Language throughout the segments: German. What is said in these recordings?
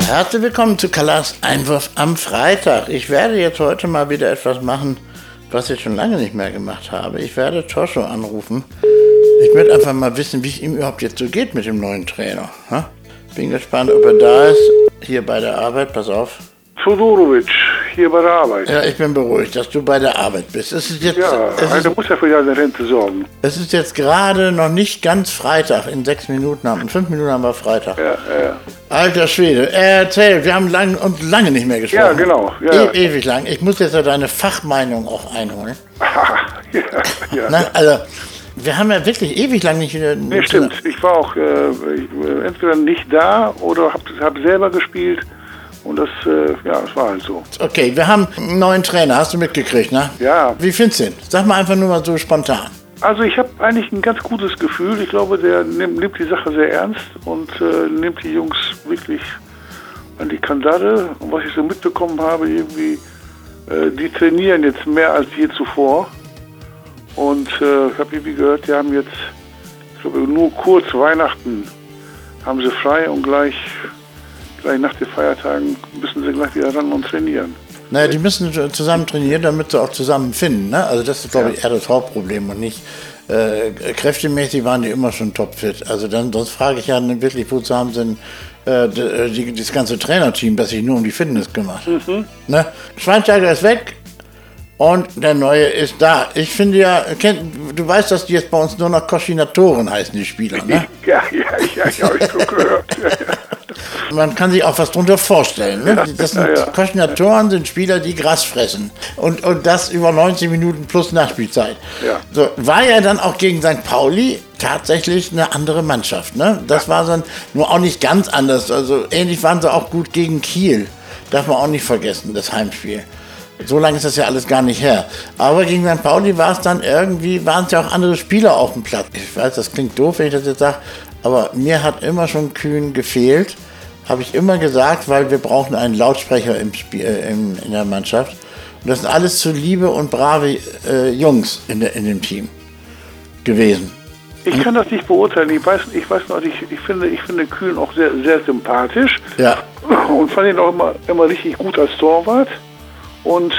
Herzlich willkommen zu Kallas Einwurf am Freitag. Ich werde jetzt heute mal wieder etwas machen, was ich schon lange nicht mehr gemacht habe. Ich werde Toscho anrufen. Ich möchte einfach mal wissen, wie es ihm überhaupt jetzt so geht mit dem neuen Trainer. Bin gespannt, ob er da ist, hier bei der Arbeit. Pass auf. Fodorovic, hier bei der Arbeit. Ja, ich bin beruhigt, dass du bei der Arbeit bist. Es ist jetzt, einer muss ja für deine Rente sorgen. Es ist jetzt gerade noch nicht ganz Freitag. In 6 Minuten in 5 Minuten haben wir Freitag. Ja. Alter Schwede, erzähl, wir haben lange nicht mehr gesprochen. Ja, genau. Ja. Ewig lang. Ich muss jetzt ja deine Fachmeinung auch einholen. ja. Na, also, wir haben ja wirklich ewig lang nicht wieder... Nee, stimmt. Ich war auch entweder nicht da oder hab selber gespielt. Und das war halt so. Okay, wir haben einen neuen Trainer, hast du mitgekriegt, ne? Ja. Wie findest du ihn? Sag mal einfach nur mal so spontan. Also ich habe eigentlich ein ganz gutes Gefühl. Ich glaube, der nimmt die Sache sehr ernst und nimmt die Jungs wirklich an die Kandare. Und was ich so mitbekommen habe, irgendwie, die trainieren jetzt mehr als je zuvor. Und ich habe irgendwie gehört, die haben jetzt, ich glaube, nur kurz Weihnachten haben sie frei und gleich nach den Feiertagen müssen sie gleich wieder ran und trainieren. Naja, die müssen zusammen trainieren, damit sie auch zusammen finden. Ne? Also das ist, glaube ich, eher das Hauptproblem und nicht kräftemäßig waren die immer schon topfit. Also sonst frage ich ja wirklich, wozu haben sie denn das ganze Trainerteam, das sich nur um die Fitness kümmert. Ne? Schweinsteiger ist weg und der Neue ist da. Ich finde ja, du weißt, dass die jetzt bei uns nur noch Koordinatoren heißen, die Spieler, ne? Ja, habe ich so gehört. Man kann sich auch was darunter vorstellen. Ne? Koordinatoren sind Spieler, die Gras fressen. Und das über 90 Minuten plus Nachspielzeit. Ja. So, war ja dann auch gegen St. Pauli tatsächlich eine andere Mannschaft. Ne? Das war dann nur auch nicht ganz anders. Also ähnlich waren sie auch gut gegen Kiel. Darf man auch nicht vergessen, das Heimspiel. So lange ist das ja alles gar nicht her. Aber gegen St. Pauli war es dann irgendwie, waren es ja auch andere Spieler auf dem Platz. Ich weiß, das klingt doof, wenn ich das jetzt sage, aber mir hat immer schon Kühn gefehlt. Habe ich immer gesagt, weil wir brauchen einen Lautsprecher im Spiel, in der Mannschaft. Und das sind alles zu liebe und brave Jungs in dem Team gewesen. Ich kann das nicht beurteilen. Ich weiß noch, ich finde Kühn auch sehr, sehr sympathisch. Ja. Und fand ihn auch immer richtig gut als Torwart. Und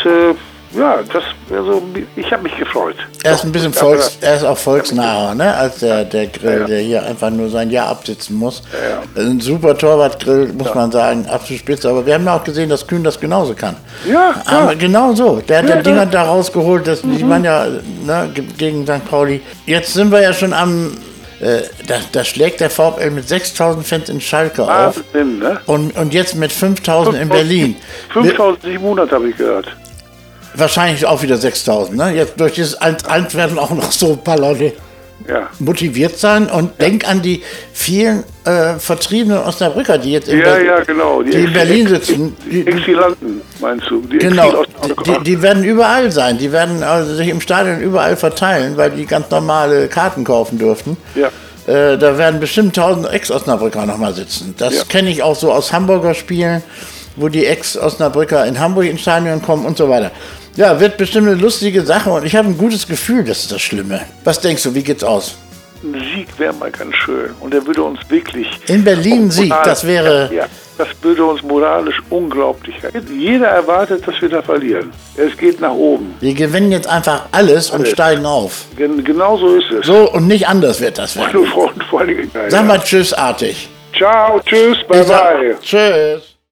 ich habe mich gefreut. Er ist ein bisschen er ist auch volksnaher, ne? Als der Grill, der hier einfach nur sein Jahr absitzen muss. Ja. Ein super Torwart-Grill, muss man sagen, absolut spitze. Aber wir haben ja auch gesehen, dass Kühn das genauso kann. Ja. Aber genau so. Der hat Dinger da rausgeholt, die waren ja gegen St. Pauli. Jetzt sind wir ja schon am... Da schlägt der VfL mit 6.000 Fans in Schalke auf. Ne? Und jetzt mit 5.000 in Berlin. 5.700 habe ich gehört. Wahrscheinlich auch wieder 6.000. Ne? Jetzt durch dieses 1-1 werden auch noch so ein paar Leute motiviert sein. Und denk an die vielen vertriebenen Osnabrücker, die jetzt in Berlin sitzen. Die Exilanten, meinst du? Die werden überall sein. Die werden sich im Stadion überall verteilen, weil die ganz normale Karten kaufen durften. Ja. Da werden bestimmt 1.000 Ex-Osnabrücker noch mal sitzen. Das kenne ich auch so aus Hamburger Spielen, wo die Ex-Osnabrücker in Hamburg ins Stadion kommen und so weiter. Ja, wird bestimmt eine lustige Sache und ich habe ein gutes Gefühl, das ist das Schlimme. Was denkst du, wie geht's aus? Ein Sieg wäre mal ganz schön und der würde uns wirklich... In Berlin Sieg, das wäre... Ja, das würde uns moralisch unglaublich... Jeder erwartet, dass wir da verlieren. Es geht nach oben. Wir gewinnen jetzt einfach alles und steigen auf. Genau so ist es. So und nicht anders wird das werden. Vor allen Dingen, Sag mal tschüssartig. Ciao, tschüss, bye bye. Tschüss.